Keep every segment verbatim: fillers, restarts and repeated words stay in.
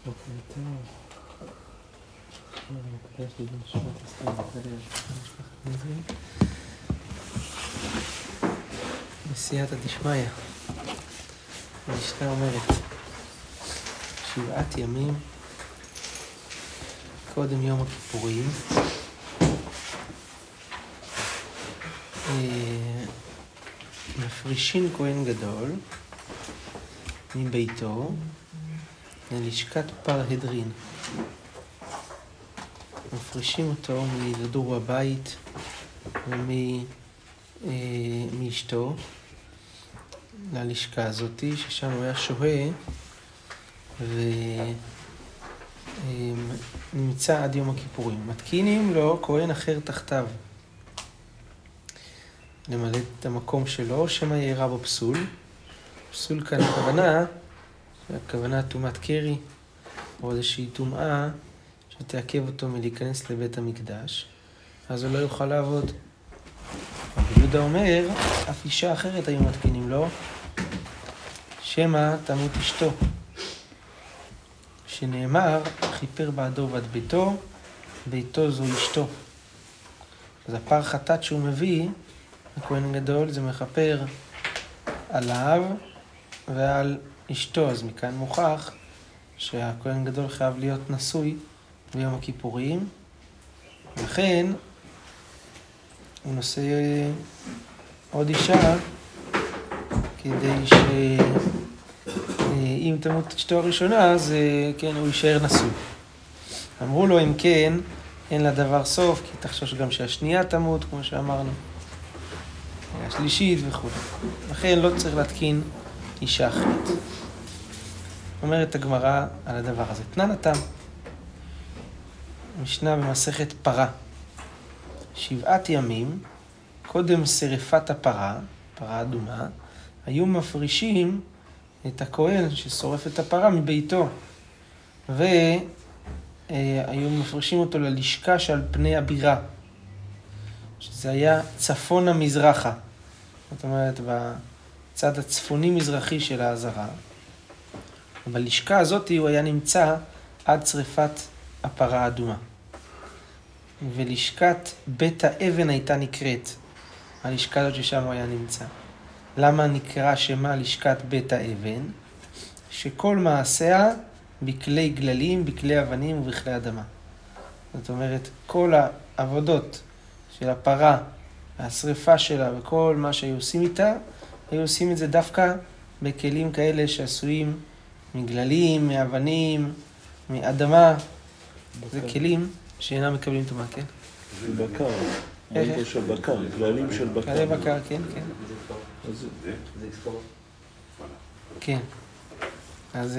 בוקר טוב. אני מקדש לי בנשמת אסתר ודליה, משפחת נזרי. בסייעתא דשמיא. המשנה אומרת, שבעת ימים קודם יום הכיפורים, מפרישין כהן גדול מביתו ללשכת פרהדרין. מפרישים אותו מלדור הבית ומאשתו ללשכה הזאת, ששם הוא היה שוהה ונמצא עד יום הכיפורים. מתקינים לו כהן אחר תחתיו למלא את המקום שלו, שמא יארע בו פסול. פסול כאן הכוונה, הכוונה תומת קרי, או איזושהי תומעה שתעכב אותו מלהיכנס לבית המקדש, אז הוא לא יוכל לעבוד. רבי יהודה אומר, אף אישה אחרת היו מתקינים לו, שמא תמות אשתו, שנאמר, חיפר בעדו ועד ביתו, ביתו זו אשתו. אז הפר חטאת שהוא מביא, הכהן גדול, זה מחפר עליו ועל אשתו. אז מכאן מוכח שהכהן גדול חייב להיות נשוי ביום הכיפורים, לכן הוא נושא עוד אישה כדי שאם תמות אשתו הראשונה, אז כן, הוא יישאר נשוי. אמרו לו, אם כן, אין לה דבר סוף, כי תחשוש גם שהשנייה תמות, כמו שאמרנו, השלישית וכו'. לכן לא צריך להתקין אישה אחרת. אומרת הגמרא על הדבר הזה. תנן התם. משנה במסכת פרה. שבעת ימים, קודם שרפת הפרה, פרה אדומה, היו מפרישים את הכהן ששורף את הפרה מביתו. והיו מפרישים אותו ללשכה שעל פני הבירה. שזה היה צפונה מזרחה. זאת אומרת, בצד הצפוני-מזרחי של העזרה. בלשכה הזאת הוא היה נמצא עד שריפת הפרה האדומה. ולשכת בית האבן הייתה נקראת. הלשכה הזאת ששם הוא היה נמצא. למה נקרא שמה לשכת בית האבן? שכל מעשיה בכלי גללים, בכלי אבנים ובכלי אדמה. זאת אומרת, כל העבודות של הפרה, השריפה שלה וכל מה שהיו עושים איתה, היו עושים את זה דווקא בכלים כאלה שעשויים מגללים, מאבנים, מאדמה. זה כלים שאינם מקבלים טומאה, כן? זה בקר, ראית של בקר, גללים של בקר. גללי בקר, כן, כן. זה יזכור? כן. אז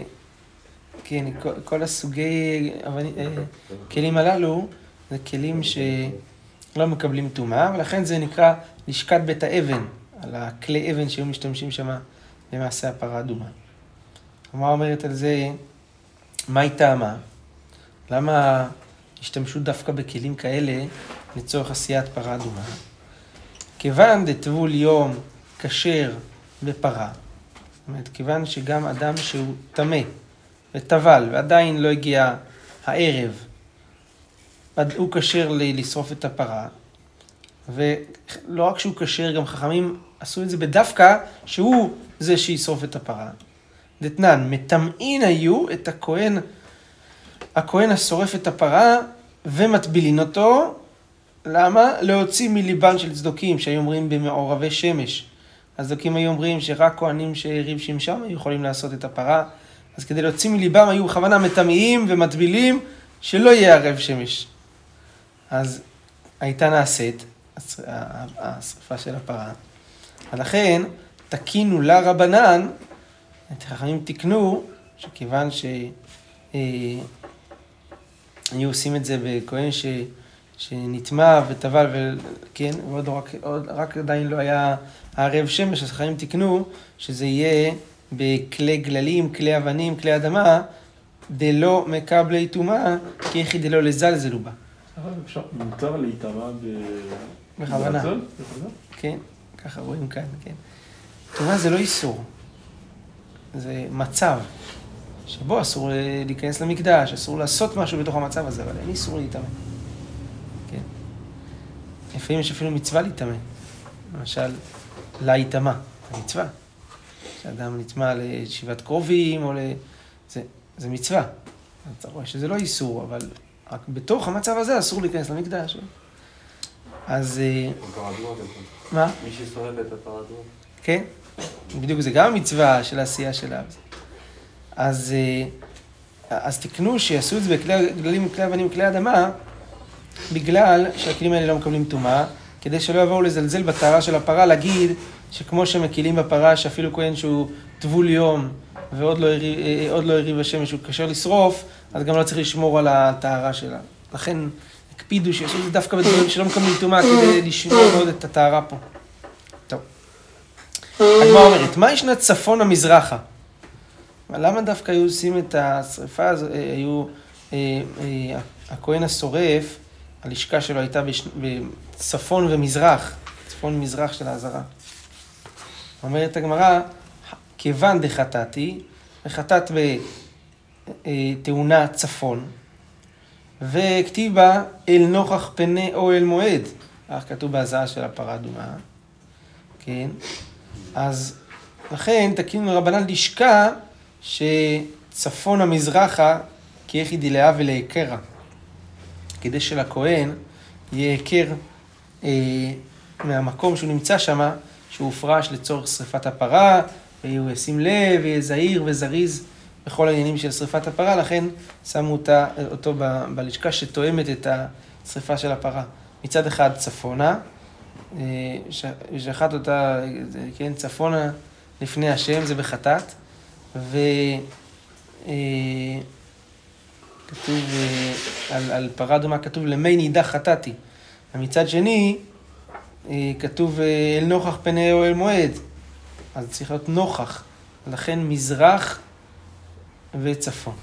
כן, כל הסוגי כלים הללו זה כלים שלא מקבלים טומאה, ולכן זה נקרא לשכת בית האבן, על הכלי אבן שהיו משתמשים שם למעשה הפרה אדומה. מה אומרת על זה? מה היא טעמה? למה השתמשו דווקא בכלים כאלה לצורך עשיית פרה אדומה? כיוון דטבול יום כשר בפרה, זאת אומרת, כיוון שגם אדם שהוא טמא וטבל ועדיין לא הגיע הערב, הוא כשר לשרוף את הפרה, ולא רק שהוא כשר, גם חכמים עשו את זה בדווקא שהוא זה שישרוף את הפרה. דתנן, מטמאין היו את הכהן, הכהן השורף את הפרה ומטבילין אותו. למה? להוציא מליבן של צדוקים שהיו אומרים במעורבי שמש. הצדוקים היו אומרים שרק כהנים שהריב שמשם היו יכולים לעשות את הפרה. אז כדי להוציא מליבם היו בכוונה מטמאים ומטבילים שלא יהיה ערב שמש. אז הייתה נעשית השריפה של הפרה. ולכן תקינו לה רבנן, את החכמים תקנו, שכיוון שהיו עושים את זה בכהן ש... שנטמע וטבל, וכן, ועוד רק, עוד, רק עדיין לא היה הערב שמש, אז החכמים תקנו שזה יהיה בכלי גללים, כלי אבנים, כלי אדמה, דלא מקבלי טומאה, כי יחי דלא לזלזלו בה. אבל אפשר, מותר להיטמע בכוונה. כן, ככה רואים כאן, כן. טומאה זה לא איסור. זה מצב. שבו אסור להיכנס למקדש, אסור לעשות משהו בתוך המצב הזה, אבל אין איסור להתאמן. כן? לפעמים יש אפילו מצווה להתאמן. למשל, להיטמע, המצווה. שאדם נטמע לישיבת קרובים, או ל... זה, זה מצווה. אתה רואה שזה לא איסור, אבל רק בתוך המצב הזה אסור להיכנס למקדש. אז... מה? מי ששורף את הפרדות. כן, בדיוק זה גם המצווה של העשייה שלה. אז, אז תקנו שיעשו את זה בכלים, כלי אבנים, כלי אדמה, בגלל שהכלים האלה לא מקבלים טומאה, כדי שלא יבואו לזלזל בטהרה של הפרה, להגיד שכמו שמקילים בפרה, שאפילו כהן שהוא טבול יום, ועוד לא הריב, עוד לא הריב השמש, שהוא קשר לשרוף, אז גם לא צריך לשמור על הטהרה שלה. לכן הקפידו שיעשו את זה דווקא בדברים שלא מקבלים טומאה, כדי לשמור מאוד את הטהרה פה. טוב. הגמרא אומרת, מה ישנה צפון המזרחה? למה דווקא היו עושים את השריפה הזו, היו, הכהן השורף, הלשכה שלו הייתה בצפון ומזרח, צפון ומזרח של העזרה. אומרת הגמרא, כיוון דחטאתי, וחטאת בתאונה צפון, וכתיב בה אל נוכח פני או אל מועד, כך כתוב בהזעה של הפרה אדומה, כן? אז לכן תקינו רבנן לשכה שצפון המזרחה כיחי דילאה ולהיכרה, כדי שלכהן יהיה היכר אה, מהמקום שהוא נמצא שם, שהוא הופרש לצורך שריפת הפרה, והוא ישים לב, ויהיה זהיר וזריז בכל העניינים של שריפת הפרה, לכן שמו אותה, אותו ב, בלשכה שתואמת את השריפה של הפרה. מצד אחד צפונה, שחט אותה, כן, צפונה לפני השם, זה בחטאת, וכתוב על, על פרה אדומה, כתוב למי נידה חטאתי. ומצד שני, כתוב אל נוכח פני או אל מועד, אז צריך להיות נוכח, לכן מזרח וצפון.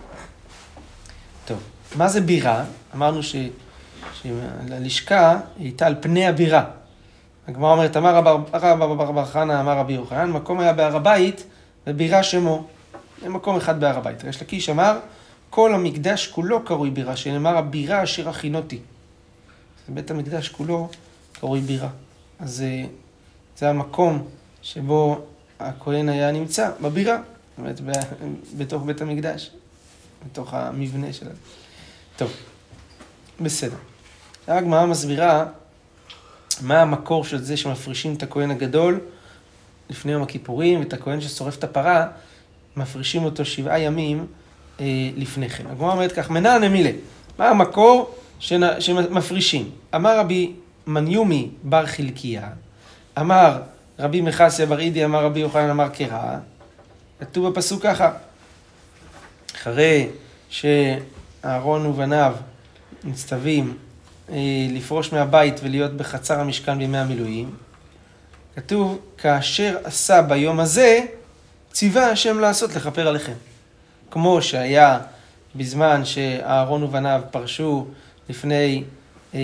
טוב, מה זה בירה? אמרנו ש... שהלשכה הייתה על פני הבירה. הגמרא אומרת, אמר רבא בר חנא, אמר רבי יוחנן, מקום היה בהר הבית, ובירה שמו. זה מקום אחד בהר הבית. ריש לקיש אמר, כל המקדש כולו קרוי בירה, שנאמר הבירה אשר הכינותי. בית המקדש כולו קרוי בירה. אז זה המקום שבו הכהן היה נמצא, בבירה, זאת אומרת, בתוך בית המקדש, בתוך המבנה שלה. טוב, בסדר. הגמרא מסבירה מה המקור של זה שמפרישים את הכהן הגדול לפני יום הכיפורים, ואת הכהן ששורף את הפרה, מפרישים אותו שבעה ימים אה, לפני כן. הגמרא אומרת כך, מנא נמילה, מה המקור שנ... שמפרישים? אמר רבי מניומי בר חלקיה, אמר רבי מחסיה בר אידי, אמר רבי יוחנן, אמר קרא, כתוב בפסוק ככה, אחרי שאהרון ובניו מצטווים לפרוש מהבית ולהיות בחצר המשכן בימי המילואים, כתוב, כאשר עשה ביום הזה, ציווה השם לעשות לכפר עליכם. כמו שהיה בזמן שאהרון ובניו פרשו לפני אה,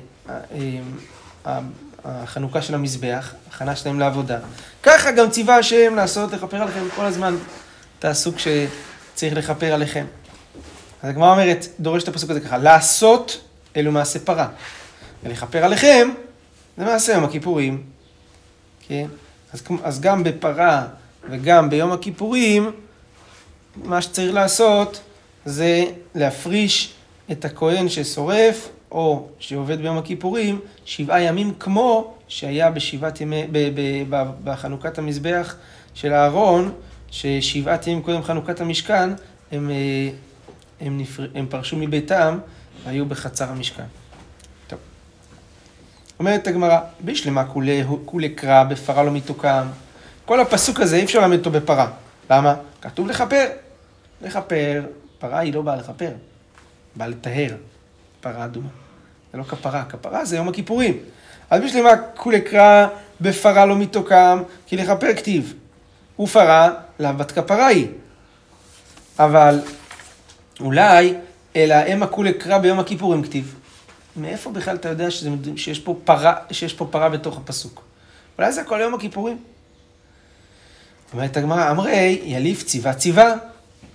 אה, החנוכה של המזבח, הכנה שלהם לעבודה. ככה גם ציווה השם לעשות לכפר עליכם כל הזמן, תעשו כשצריך לכפר עליכם. אז הגמרא אומרת, דורש את הפסוק הזה ככה, לעשות אלו מעשה פרה, ולכפר עליכם, זה מעשה יום הכיפורים. כן? אז, אז גם בפרה וגם ביום הכיפורים, מה שצריך לעשות זה להפריש את הכהן ששורף, או שעובד ביום הכיפורים, שבעה ימים כמו שהיה בשבעת ימי, ב, ב, ב, בחנוכת המזבח של אהרון, ששבעת ימים קודם חנוכת המשכן, הם, הם, נפר, הם פרשו מביתם, והיו בחצר המשכן. טוב. אומרת הגמרא, בשלמה כולי קרא בפרה לא מתוקם. כל הפסוק הזה אי אפשר להעמיד אותו בפרה. למה? כתוב לכפר. לכפר, פרה היא לא באה לכפר. באה לטהר. פרה אדומה. זה לא כפרה. כפרה זה יום הכיפורים. אז בשלמה כולי קרא בפרה לא מתוקם, כי לכפר כתיב. ופרה לאו בת כפרה היא. אבל אולי אלא הם הכולי קרא ביום הכיפורים כתיב. מאיפה בכלל אתה יודע שזה, שיש פה פרה, שיש פה פרה בתוך הפסוק? אולי זה הכל יום הכיפורים. אומרת הגמרא, אמרי, יליף ציווה ציווה.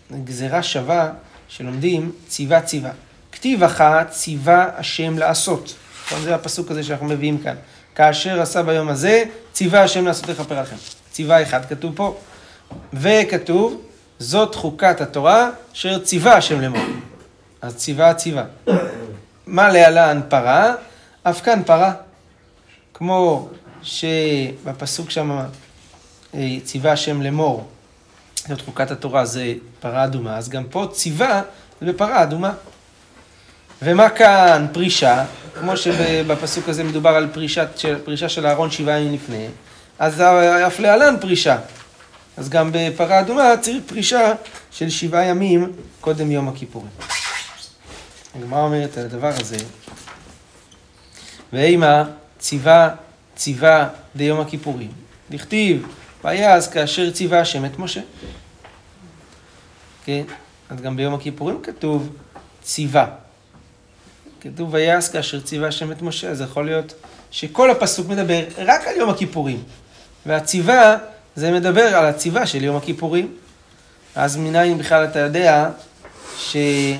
גזירה שווה שלומדים ציווה ציווה. כתיב אחת ציווה השם לעשות. זה הפסוק הזה שאנחנו מביאים כאן. כאשר עשה ביום הזה, ציווה השם לעשות לכפר עליכם. ציווה אחד כתוב פה. וכתוב, זאת חוקת התורה, אשר ציווה השם לאמור. אז ציווה ציווה. מה להלן פרה? אף כאן פרה. כמו שבפסוק שם ציווה השם לאמור, זאת חוקת התורה, זה פרה אדומה, אז גם פה ציווה זה בפרה אדומה. ומה כאן פרישה? כמו שבפסוק הזה מדובר על פרישת, פרישה של אהרון שבעה ימים לפני, אז אף להלן פרישה. אז גם בפרה אדומה צריך פרישה של שבעה ימים קודם יום הכיפורים. הגמרא אומרת על הדבר הזה, ואימה ציווה ציווה דיום הכיפורים. לכתיב, ויעש כאשר ציווה השם את משה. כן? אז גם ביום הכיפורים כתוב ציווה. כתוב ויעש כאשר ציווה השם את משה, אז יכול להיות שכל הפסוק מדבר רק על יום הכיפורים. והציווה זה מדבר על הציווה של יום הכיפורים. אז מנין בכלל אתה יודע ש...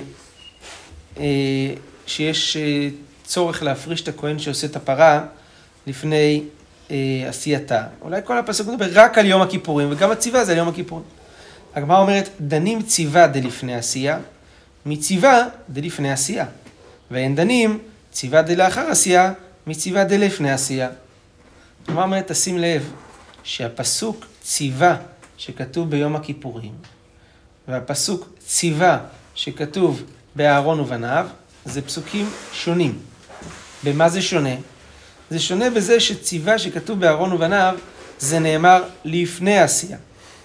שיש צורך להפריש את הכהן שעושה את הפרה לפני עשייתה. אולי כל הפסוק מדבר רק על יום הכיפורים, וגם הציווה זה על יום הכיפורים. הגמרא אומרת, דנים ציווה דלפני עשייה, מציווה דלפני עשייה. ואין דנים ציווה דלאחר עשייה, מציווה דלפני עשייה. הגמרא אומרת, תשים לב שהפסוק ציווה שכתוב ביום הכיפורים, והפסוק ציווה שכתוב באהרון ובניו, זה פסוקים שונים. במה זה שונה? זה שונה בזה שציווה שכתוב באהרון ובניו, זה נאמר לפני עשייה.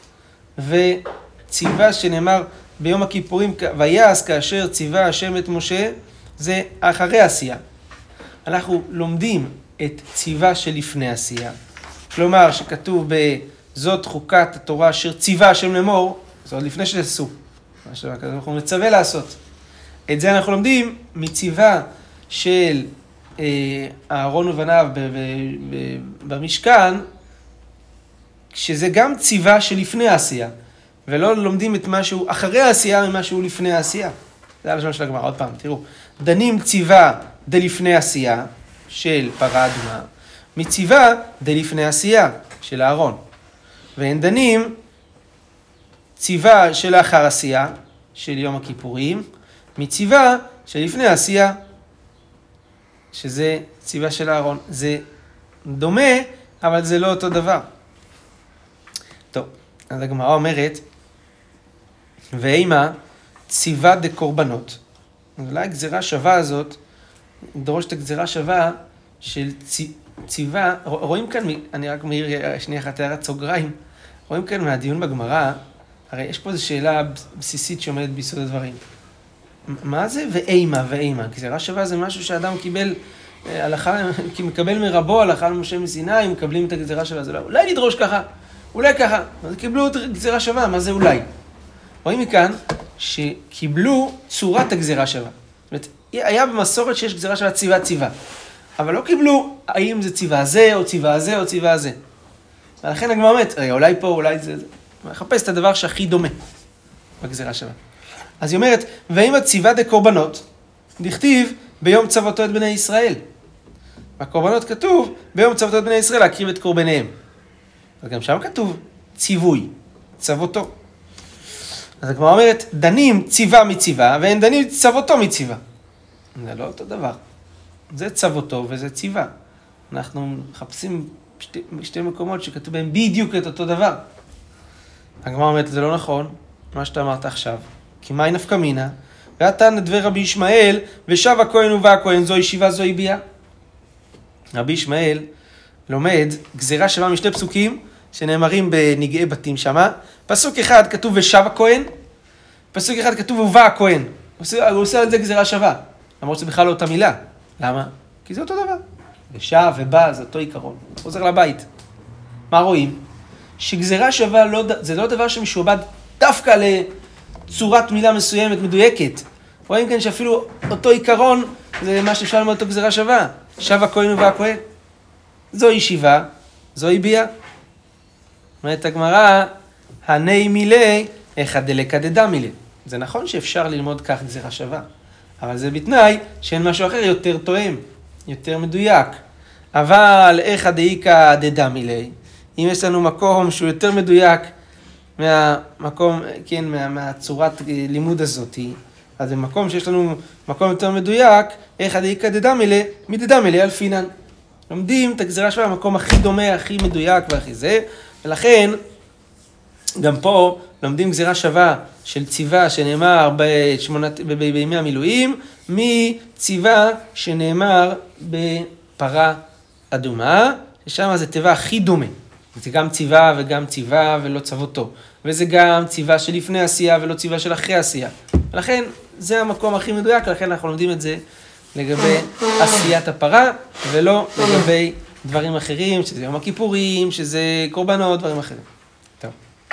וציווה שנאמר ביום הכיפורים, ויעש כאשר ציווה השם את משה, זה אחרי עשייה. אנחנו לומדים את ציווה שלפני עשייה. כלומר, שכתוב בזאת חוקת התורה אשר ציווה השם לאמור, זה עוד לפני שעשו. מה שאנחנו מצווה לעשות. את זה אנחנו לומדים מציווה של אהרון ובניו במשכן, שזה גם ציווה שלפני העשייה, ולא לומדים את משהו אחרי העשייה ממשהו לפני העשייה. זה הלשון של הגמרא. עוד פעם, תראו, דנים ציווה דלפני עשייה של פרה אדומה, מציווה דלפני עשייה של אהרון. ואין דנים ציווה של אחר עשייה של יום הכיפורים, מציווה שלפני עשייה, שזה ציווה של אהרון. זה דומה, אבל זה לא אותו דבר. טוב, אז הגמרא אומרת, ואימה ציווה דקורבנות. אולי הגזירה שווה הזאת, דרוש את הגזירה שווה של ציווה, רואים כאן, אני רק מעיר שנייה אחת הערת סוגריים, רואים כאן מהדיון בגמרא, הרי יש פה איזו שאלה בסיסית שעומדת ביסוד הדברים. מה זה ואימה ואימה? גזירה שווה זה משהו שאדם קיבל הלכה, כי מקבל מרבו הלכה למשה מסיני, מקבלים את הגזירה שווה, זה לא, אולי נדרוש ככה, אולי ככה, אז קיבלו את גזירה שווה, מה זה אולי? רואים מכאן שקיבלו צורת הגזירה שווה. זאת אומרת, היה במסורת שיש גזירה שווה ציווה ציווה, אבל לא קיבלו האם זה ציווה זה או ציווה זה או ציווה זה. ולכן הגמרא אומרת, אולי פה, אולי זה, זה. מחפש את הדבר שהכי דומה בגזירה שווה. אז היא אומרת, ואם הציווה דקורבנות, דכתיב ביום צוותו את בני ישראל. בקורבנות כתוב, ביום צוותו את בני ישראל להקריב את קורבניהם. אז גם שם כתוב ציווי, צוותו. אז הגמרא אומרת, דנים ציווה מציווה, ואין דנים צוותו מציווה. זה לא אותו דבר. זה צוותו וזה ציווה. אנחנו מחפשים שתי, שתי מקומות שכתוב בהם בדיוק את אותו דבר. הגמרא אומרת, זה לא נכון, מה שאתה אמרת עכשיו. כי מהי נפקא מינה? ואתה נדבר רבי ישמעאל, ושב הכהן ובא הכהן, זו ישיבה זו יביעה. רבי ישמעאל לומד גזירה שווה משתי פסוקים, שנאמרים בנגעי בתים שמה. פסוק אחד כתוב ושב הכהן, פסוק אחד כתוב ובא הכהן. הוא עושה, הוא עושה על זה גזירה שווה, למרות שזה בכלל לא אותה מילה. למה? כי זה אותו דבר. ושב ובא זה אותו עיקרון. חוזר לבית. מה רואים? שגזירה שווה לא, זה לא דבר שמשועבד דווקא לצורת מילה מסוימת מדויקת. רואים כאן שאפילו אותו עיקרון זה מה שאפשר ללמוד אותו גזירה שווה. ושב הכהן ובא הכהן. זו ישיבה, זו יביעה. אומרת הגמרא, הני מילי איכא דלקא דדמילה. זה נכון שאפשר ללמוד כך גזירה שווה, אבל זה בתנאי שאין משהו אחר יותר תואם, יותר מדויק. אבל איכא דאיכא דדמילה, אם יש לנו מקום שהוא יותר מדויק מהמקום, כן, מה, מהצורת לימוד הזאת, אז במקום שיש לנו מקום יותר מדויק, איכא דאיכא דדמילה, מדדמילה אלפינן. לומדים את הגזירה שווה במקום הכי דומה, הכי מדויק והכי זה, ולכן גם פה לומדים גזירה שווה של ציווה שנאמר בשמונת, ב- ב- בימי המילואים, מציווה שנאמר בפרה אדומה, ששם זה תיבה הכי דומה. זה גם ציווה וגם ציווה ולא צוותו. וזה גם ציווה שלפני עשייה ולא ציווה של אחרי עשייה. ולכן זה המקום הכי מדויק, לכן אנחנו לומדים את זה לגבי עשיית הפרה, ולא לגבי דברים אחרים, שזה יום הכיפורים, שזה קורבנות, דברים אחרים. טוב.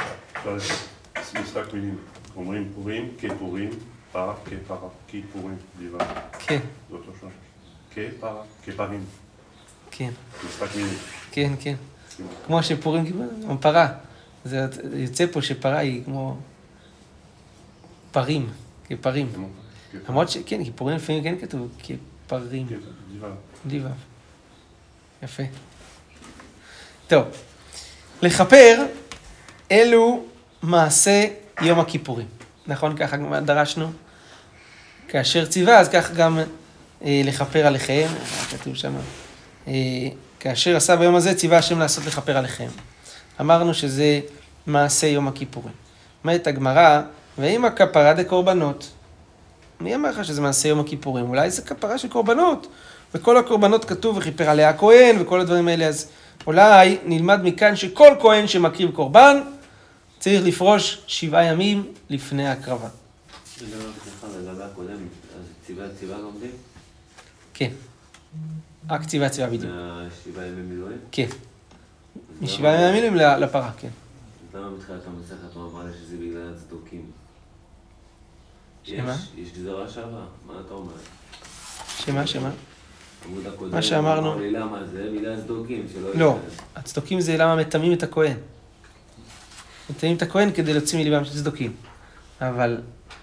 משחק מילים, אומרים פורים, כפורים, פרה, כפרה, כפורים, דיבה. כן. זה אותו שם. כפרה, כפרים. כן. משחק מילים. כן, כן. כמו שפורים, כמו פרה. זה יוצא פה שפרה היא כמו פרים, כפרים. למרות שכן, כפורים לפעמים כן כתוב כפרים. דיבה. דיבה. יפה. טוב. לכפר אלו מעשה יום הכיפורים. נכון? ככה גם דרשנו. כאשר ציווה, אז כך גם אה, לכפר עליכם. כתוב שם. אה, כאשר עשה ביום הזה, ציווה השם לעשות לכפר עליכם. אמרנו שזה מעשה יום הכיפורים. אומרת הגמרא, ואם הכפרה דקורבנות, מי אמר לך שזה מעשה יום הכיפורים? אולי זה כפרה של קורבנות. וכל הקורבנות כתוב וכיפר עליה הכהן וכל הדברים האלה. אז אולי נלמד מכאן שכל כהן שמקריב קורבן, צריך לפרוש שבעה ימים לפני הקרבה. זה דבר ככה לגבי הקודם, אז ציווה ציווה לומדים? כן. רק ציווה ציווה בדיוק. מהשבעה ימי מילואים? כן. משבעה ימי מילואים לפרה, כן. אז למה בתחילת המסכת הוא אמר לי שזה בגלל הצדוקים? שמה? יש גזירה שווה, מה אתה אומר? שמה, שמה? עמוד הקודם, מה שאמרנו. אמר לי למה זה? בגלל הצדוקים, שלא... לא, הצדוקים זה למה מטמאים את הכהן. מטמאים את הכהן כדי להוציא מליבם של צדוקים. אבל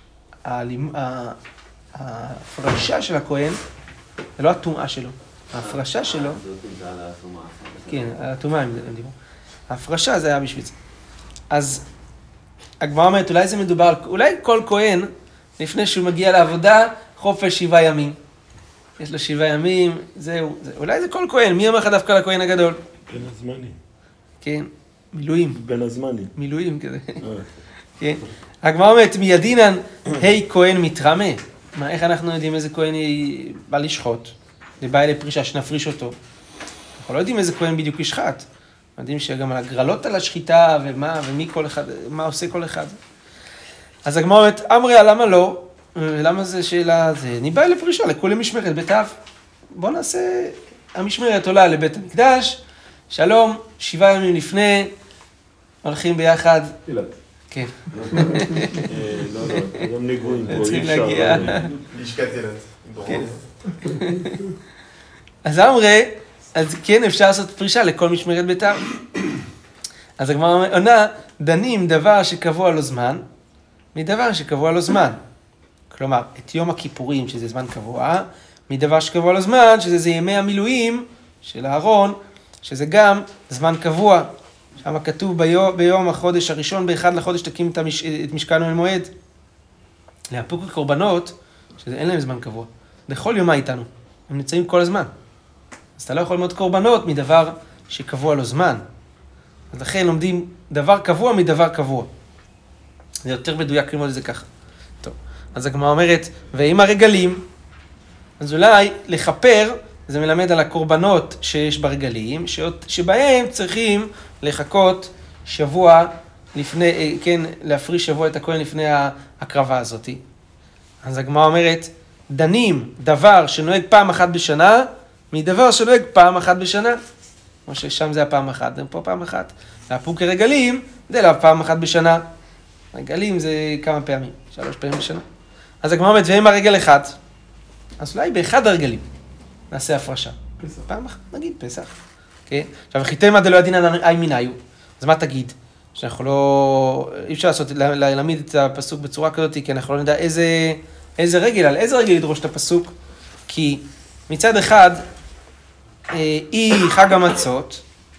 ההפרשה של הכהן, זה לא הטומאה שלו. ההפרשה שלו... הצדוקים זה על הטומאה. כן, על הטומאה הם דיברו. ההפרשה זה היה בשביל זה. אז הגמרא אומרת, אולי זה מדובר על... אולי כל כהן, לפני שהוא מגיע לעבודה, חופש שבעה ימים. יש לו שבעה ימים, זהו. זה, אולי זה כל כהן, מי אמר לך דווקא לכהן הגדול? בין הזמנים. כן, מילואים. בין הזמנים. מילואים כזה. כן. הגמרא אומרת, מידינן, היי כהן מתרמה. מה, איך אנחנו יודעים איזה כהן בא לשחוט? זה בא אלי פרישה, שנפריש אותו. אנחנו לא יודעים איזה כהן בדיוק ישחט. יודעים שגם על הגרלות על השחיטה, ומה, ומי כל אחד, מה עושה כל אחד. אז הגמרא אומרת, אמריה, למה לא? למה זה שאלה, זה ניבא לפרישה, לכולי משמרת, בית אב. בוא נעשה, המשמרת עולה לבית המקדש, שלום, שבעה ימים לפני, הולכים ביחד. אילת. כן. לא, לא, גם ניגויים פה, צריכים אי אפשר. להגיע. לשכת ילד. כן. אז אמרי, אז כן אפשר לעשות פרישה לכל משמרת בית אב. אז הגמרא עונה, דנים דבר שקבוע לו זמן, מדבר שקבוע לו זמן. כלומר, את יום הכיפורים, שזה זמן קבוע, מדבר שקבוע לו זמן, שזה זה ימי המילואים של הארון, שזה גם זמן קבוע. שם כתוב ביום, ביום החודש הראשון, באחד לחודש תקים את, המש, את משכן אוהל מועד. להפוק הקורבנות, שזה אין להם זמן קבוע. בכל יום איתנו, הם נמצאים כל הזמן. אז אתה לא יכול ללמוד קורבנות מדבר שקבוע לו זמן. אז לכן לומדים דבר קבוע מדבר קבוע. זה יותר מדויק ללמוד את זה ככה. טוב, אז הגמרא אומרת, ואם הרגלים, אז אולי לכפר, זה מלמד על הקורבנות שיש ברגלים, שבהם צריכים לחכות שבוע לפני, כן, להפריש שבוע את הכהן לפני ההקרבה הזאת. אז הגמרא אומרת, דנים דבר שנוהג פעם אחת בשנה, מדבר שנוהג פעם אחת בשנה. כמו ששם זה הפעם אחת, פה פעם אחת. והפוק הרגלים, זה לא פעם אחת בשנה. רגלים זה כמה פעמים, שלוש פעמים בשנה. אז הגמרא אומרת, ואם הרגל אחד, אז אולי באחד הרגלים נעשה הפרשה. פסח. פעם אחת, נגיד פסח. כן? עכשיו, חיתמה דלא ידינן אי מינאיו. אז מה תגיד? שאנחנו לא, אי אפשר לעשות, להעמיד את הפסוק בצורה כזאת, כי אנחנו לא נדע איזה, איזה רגל, על איזה רגל לדרוש את הפסוק, כי מצד אחד, היא חג המצות,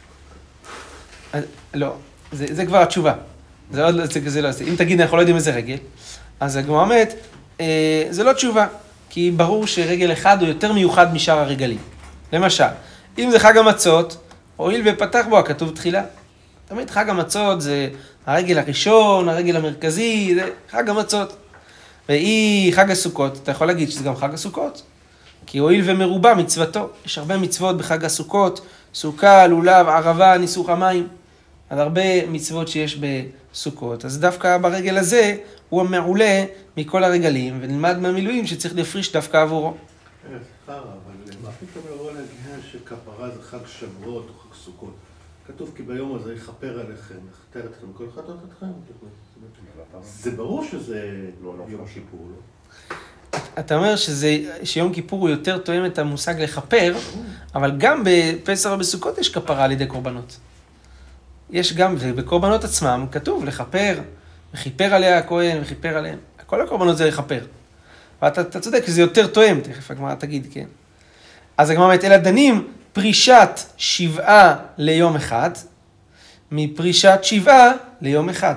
לא, זה, זה כבר התשובה, זה לא, זה, זה לא, אם תגיד אנחנו לא יודעים איזה רגל, אז הגמרא אומרת, זה לא תשובה, כי ברור שרגל אחד הוא יותר מיוחד משאר הרגלים. למשל, אם זה חג המצות, הואיל ופתח בו הכתוב תחילה. תמיד חג המצות זה הרגל הראשון, הרגל המרכזי, זה חג המצות. והיא חג הסוכות, אתה יכול להגיד שזה גם חג הסוכות, כי הואיל ומרובה מצוותו, יש הרבה מצוות בחג הסוכות, סוכה, לולב, ערבה, ניסוך המים, אז הרבה מצוות שיש בסוכות. אז דווקא ברגל הזה הוא המעולה מכל הרגלים, ונלמד מהמילואים שצריך להפריש דווקא עבורו. סליחה, אבל מה פתאום לבוא להגיד שכפרה זה חג שבועות או חג סוכות? כתוב כי ביום הזה יכפר עליכם, יכתר אתכם כל חטאות אתכם. זה ברור שזה יום כיפור, לא? אתה אומר שזה, שיום כיפור הוא יותר תואם את המושג לכפר, אבל גם בפסח ובסוכות יש כפרה על ידי קורבנות. יש גם, ובקורבנות עצמם כתוב לכפר, וכיפר עליה הכהן, וכיפר עליהם. כל הקורבנות זה לכפר. ואתה אתה צודק שזה יותר תואם, תכף הגמרא תגיד, כן. אז הגמרא אומרת, אלא דנים פרישת שבעה ליום אחד, מפרישת שבעה ליום אחד.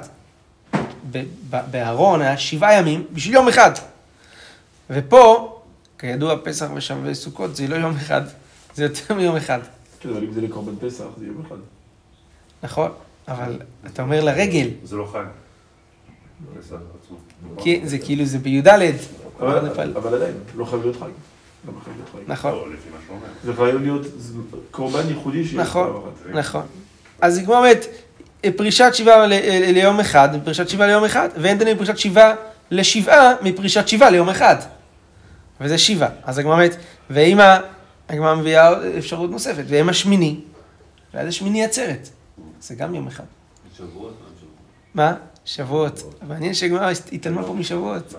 בארון היה שבעה ימים בשביל יום אחד. ופה, כידוע, פסח וסוכות זה לא יום אחד, זה יותר מיום אחד. כן, אבל אם זה לקורבן פסח, זה יום אחד. נכון, אבל אתה אומר לרגל. זה לא חג. פסח עצמו. כי זה כאילו, זה בי"ד. אבל עדיין, לא חייב להיות חג. נכון. לא, לפי מה שאומר. זה חייב להיות קורבן ייחודי שיש. נכון, נכון. אז כמו אומרת, פרישת שבעה ליום אחד, פרישת שבעה ליום אחד, ואין דנים פרישת שבעה לשבעה מפרישת שבעה ליום אחד. וזה שבעה. אז הגמרא אומרת, ואם הגמרא מביאה אפשרות נוספת, ואם השמיני, ואז השמיני עצרת. זה גם יום אחד. שבועות? מה? שבועות. מעניין שהגמרא התעלמה פה משבועות.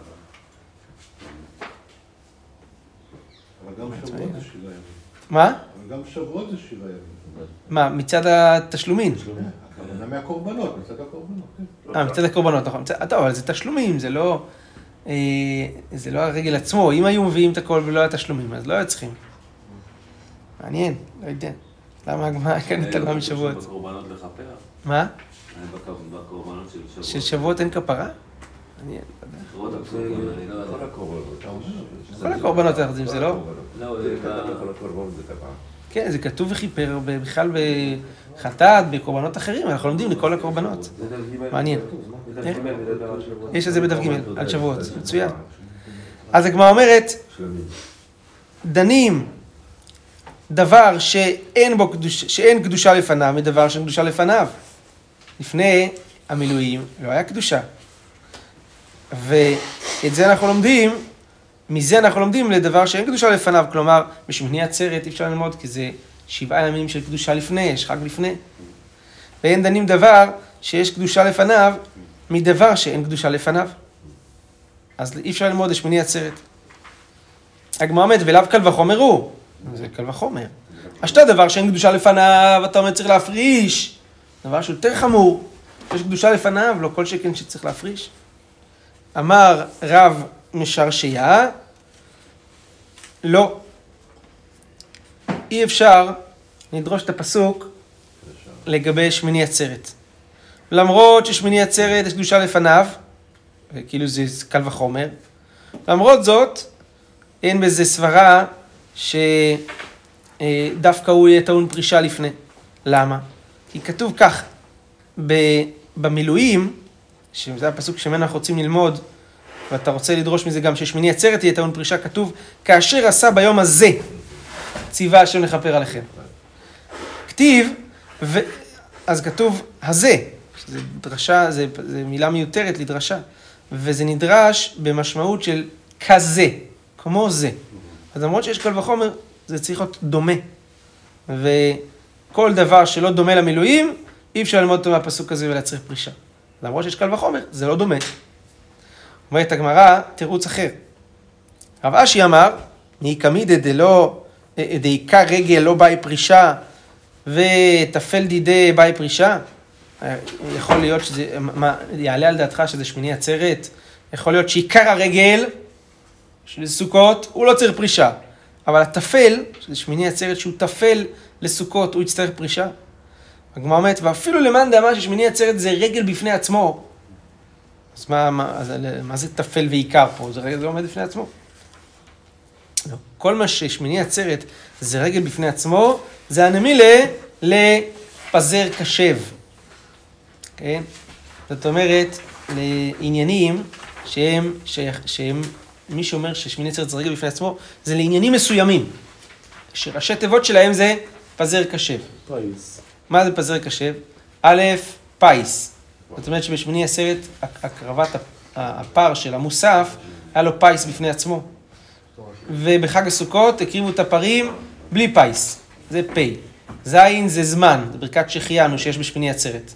אבל גם שבועות זה שבעה ימים. מה? אבל גם שבועות זה שבעה ימים. מה? מצד התשלומים. הכוונה מהקורבנות, מצד הקורבנות. אה, מצד הקורבנות, נכון. טוב, אבל זה תשלומים, זה לא... זה לא הרגל עצמו. אם היו מביאים את הכל ולא התשלומים, אז לא היו צריכים. מעניין, לא יודע. למה הגמרא כאן התעלמה משבועות? בקורבנות לכפר? מה? בקורבנות של שבועות. של שבועות אין כפרה? מעניין, לא יודע. כל הקורבנות. כל הקורבנות, זה לא? לא, זה כל הקורבנות זה כפרה. כן, זה כתוב וכיפר בכלל בחטאת, בקורבנות אחרים, אנחנו לומדים לכל הקורבנות. מעניין. יש את זה בדף ג' על שבועות, מצוין. אז הגמרא אומרת, דנים דבר שאין בו קדושה, שאין קדושה לפניו, מדבר שאין קדושה לפניו. לפני המילואים לא היה קדושה. ואת זה אנחנו לומדים, מזה אנחנו לומדים לדבר שאין קדושה לפניו, כלומר, בשמיני עצרת אי אפשר ללמוד, כי זה שבעה ימים של קדושה לפני, יש חג לפני. ואין דנים דבר שיש קדושה לפניו, מדבר שאין קדושה לפניו. אז אי אפשר ללמוד לשמיני עצרת. הגמרא אומרת, ולאו קל וחומר הוא. זה קל וחומר. השתה דבר שאין קדושה לפניו, אתה אומר צריך להפריש. דבר שיותר חמור, יש קדושה לפניו, לא כל שכן שצריך להפריש. אמר רב משרשיה, לא. אי אפשר לדרוש את הפסוק לגבי שמיני עצרת. למרות ששמיני עצרת יש קדושה לפניו, כאילו זה קל וחומר, למרות זאת, אין בזה סברה שדווקא הוא יהיה טעון פרישה לפני. למה? כי כתוב כך, במילואים, שזה הפסוק שמנו אנחנו רוצים ללמוד, ואתה רוצה לדרוש מזה גם ששמיני עצרת תהיה טעון פרישה, כתוב, כאשר עשה ביום הזה, ציווה השם לכפר עליכם. כתיב, ו... אז כתוב, הזה, שזה דרשה, זה, זה מילה מיותרת לדרשה, וזה נדרש במשמעות של כזה, כמו זה. אז למרות שיש קל וחומר, זה צריך להיות דומה. וכל דבר שלא דומה למילואים, אי אפשר ללמוד אותו מהפסוק הזה ולהצריך פרישה. למרות שיש קל וחומר, זה לא דומה. אומרת הגמרא, תירוץ אחר. רב אשי אמר, ניקמידה דלא, דעיקר רגל לא באי פרישה, ותפל דידי באי פרישה. יכול להיות שזה, מה, יעלה על דעתך שזה שמיני עצרת, יכול להיות שעיקר הרגל של סוכות, הוא לא צריך פרישה. אבל התפל, שזה שמיני עצרת שהוא תפל לסוכות, הוא יצטרך פרישה. הגמרא אומרת, ואפילו למאן דאמר ששמיני עצרת זה רגל בפני עצמו. אז מה, מה, אז, מה זה תפל ועיקר פה? זה רגל זה עומד בפני עצמו. לא. כל מה ששמיני עצרת זה רגל בפני עצמו, זה הנמילה לפזר קשב. כן? זאת אומרת, לעניינים שהם, שהם, שהם מי שאומר ששמיני עצרת זה רגל בפני עצמו, זה לעניינים מסוימים. שראשי תיבות שלהם זה פזר קשב. פייס. מה זה פזר קשב? א', פייס. זאת אומרת שבשמיני עצרת, הקרבת הפר של המוסף, היה לו פייס בפני עצמו. ובחג הסוכות הקריבו את הפרים בלי פייס. זה פי. זין זה זמן, זה ברכת שהחיינו שיש בשמיני עצרת.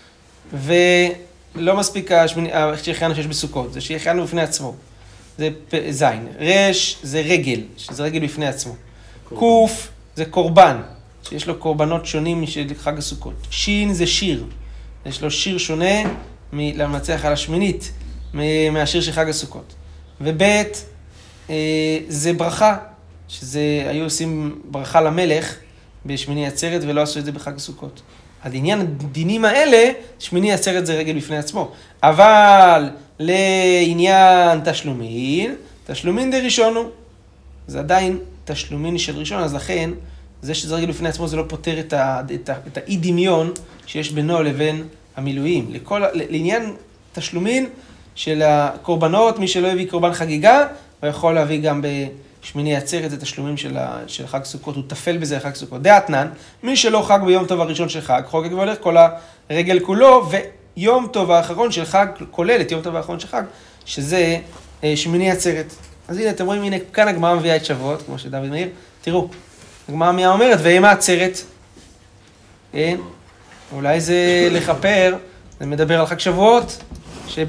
ולא מספיק שהחיינו שיש בסוכות, זה שהחיינו בפני עצמו. זה זין. רש זה רגל, שזה רגל בפני עצמו. קוף זה קורבן, שיש לו קורבנות שונים של חג הסוכות. שין זה שיר, יש לו שיר שונה למנצח על השמינית מהשיר של חג הסוכות. ובית זה ברכה, שזה היו עושים ברכה למלך בשמיני עצרת ולא עשו את זה בחג הסוכות. עד עניין הדינים האלה, שמיני עצרת זה רגל בפני עצמו. אבל לעניין תשלומין, תשלומין דה ראשון הוא. זה עדיין תשלומין של ראשון, אז לכן, זה שזה רגל בפני עצמו זה לא פותר את, ה, את, ה, את האי דמיון שיש בינו לבין המילואים. לכל, לעניין תשלומין של הקורבנות, מי שלא הביא קורבן חגיגה, הוא יכול להביא גם בשמיני עצרת, זה תשלומים של, ה, של חג סוכות, הוא תפל בזה לחג סוכות. דעתנן, מי שלא חג ביום טוב הראשון של חג, חוגג והולך כל הרגל כולו, ויום טוב האחרון של חג, כולל את יום טוב האחרון של חג, שזה שמיני עצרת. אז הנה, אתם רואים, הנה, כאן הגמרא מביאה את שבועות, כמו שדוד מאיר, תראו, הגמרא מיה אומרת, ואימה עצרת, כן? אולי זה לכפר, זה מדבר על חג שבועות, שב...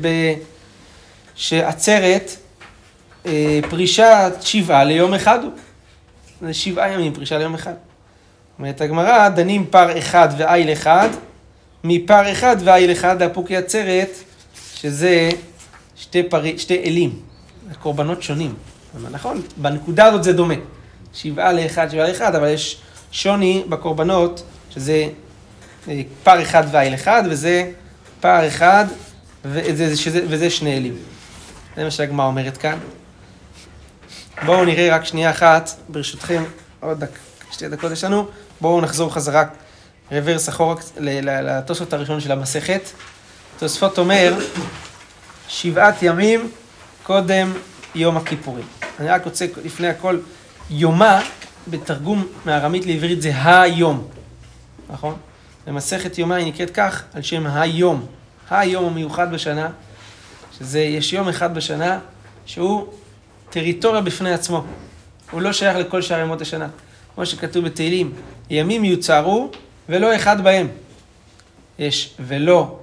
שעצרת, אה, פרישת שבעה ליום אחד הוא. זה שבעה ימים, פרישה ליום אחד. אומרת הגמרא, דנים פר אחד ואיל אחד, מפר אחד ואיל אחד, הפוקי עצרת, שזה שתי, פר... שתי אלים, קורבנות שונים. נכון? בנקודה הזאת זה דומה. שבעה לאחד, שבעה לאחד, אבל יש שוני בקורבנות, שזה פר אחד ואיל אחד, וזה פר אחד, וזה, שזה, וזה שני אלים. זה מה שהגמרא אומרת כאן. בואו נראה רק שנייה אחת, ברשותכם, עוד דק, שתי דקות יש לנו. בואו נחזור חזרה, רוורס אחורה, לתוספות הראשון של המסכת. תוספות אומר, שבעת ימים קודם יום הכיפורים. אני רק רוצה לפני הכל, יומה, בתרגום מארמית לעברית זה היום, נכון? במסכת יומה היא נקראת כך, על שם היום, היום המיוחד בשנה, שזה, יש יום אחד בשנה, שהוא טריטוריה בפני עצמו, הוא לא שייך לכל שאר ימות השנה, כמו שכתוב בתהילים, ימים יוצרו ולא אחד בהם, יש ולא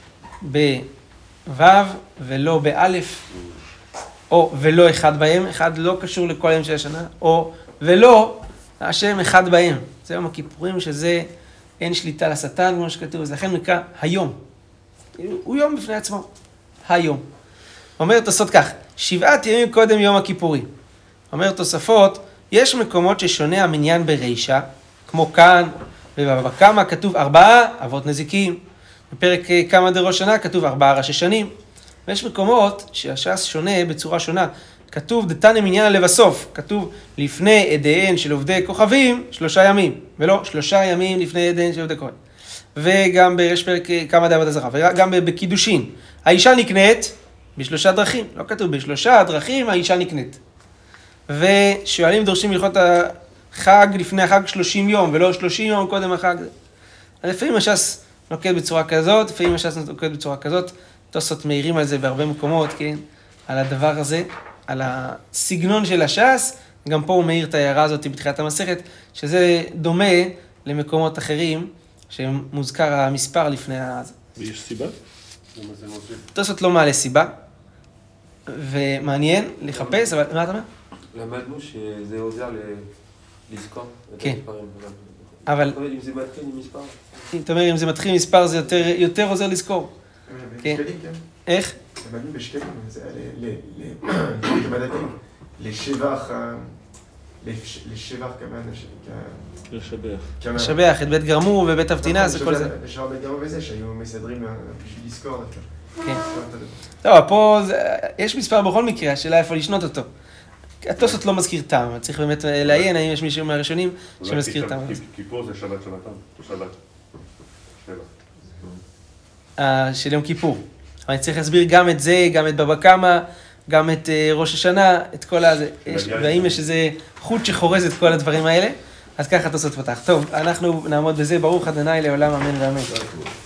בו' ולא באלף, או ולא אחד בהם, אחד לא קשור לכל יום של השנה, או ולא השם אחד בהם. זה יום הכיפורים שזה אין שליטה לשטן, כמו שכתוב, זה לכן נקרא היום. הוא יום בפני עצמו, היום. אומר תוספות כך, שבעת ימים קודם יום הכיפורים. אומר תוספות, יש מקומות ששונה המניין ברישה, כמו כאן, ובבא קמא כתוב ארבעה אבות נזיקים, בפרק כמה דראש שנה כתוב ארבעה ראשי שנים, ויש מקומות שהש"ס שונה בצורה שונה. כתוב דתנא מניין לבסוף, כתוב לפני עדיהן של עובדי כוכבים שלושה ימים, ולא שלושה ימים לפני עדיהן של עובדי כוכבים. וגם בראש פרק כמה דעבודה זרה, וגם בקידושין. האישה נקנית בשלושה דרכים, לא כתוב בשלושה דרכים האישה נקנית. ושואלים דורשים הלכות החג לפני החג שלושים יום, ולא שלושים יום קודם החג. אז לפעמים הש"ס נוקט בצורה כזאת, לפעמים הש"ס נוקט בצורה כזאת, תוספות מאירים על זה בהרבה מקומות, כן? על הדבר הזה, על הסגנון של הש"ס, גם פה הוא מאיר את ההערה הזאת בתחילת המסכת, שזה דומה למקומות אחרים, שמוזכר המספר לפני הזה. ויש סיבה? תוספות לא מעלה סיבה, ומעניין לחפש, אבל מה אתה אומר? למדנו שזה עוזר לזכור את כן. המספרים. אבל אבל אם זה מתחיל עם מספר. אתה אומר, אם זה מתחיל מספר, זה יותר, יותר עוזר לזכור. כן. בשקלים, כן. איך? זה מגיע בשקלים, זה כמדדים, לשבח, לשבח כמה, לשבח. לשבח את בית גרמור ובית אבטינס וכל זה. לשבח בית גרמור וזה, שהיו מסדרים בשביל לזכור דווקא. כן. טוב, פה יש מספר בכל מקרה, השאלה איפה לשנות אותו. התוספות לא מזכיר טעם, צריך באמת לעיין האם יש מישהו מהראשונים שמזכיר טעם. כיפור זה שבת שבתון, שבת. של יום כיפור. אבל אני צריך להסביר גם את זה, גם את בבא קמא, גם את ראש השנה, את כל הזה. והאם יש איזה חוט שחורז את כל הדברים האלה, אז ככה התוספות פתח. טוב, אנחנו נעמוד בזה, ברוך ה' לעולם אמן ואמן.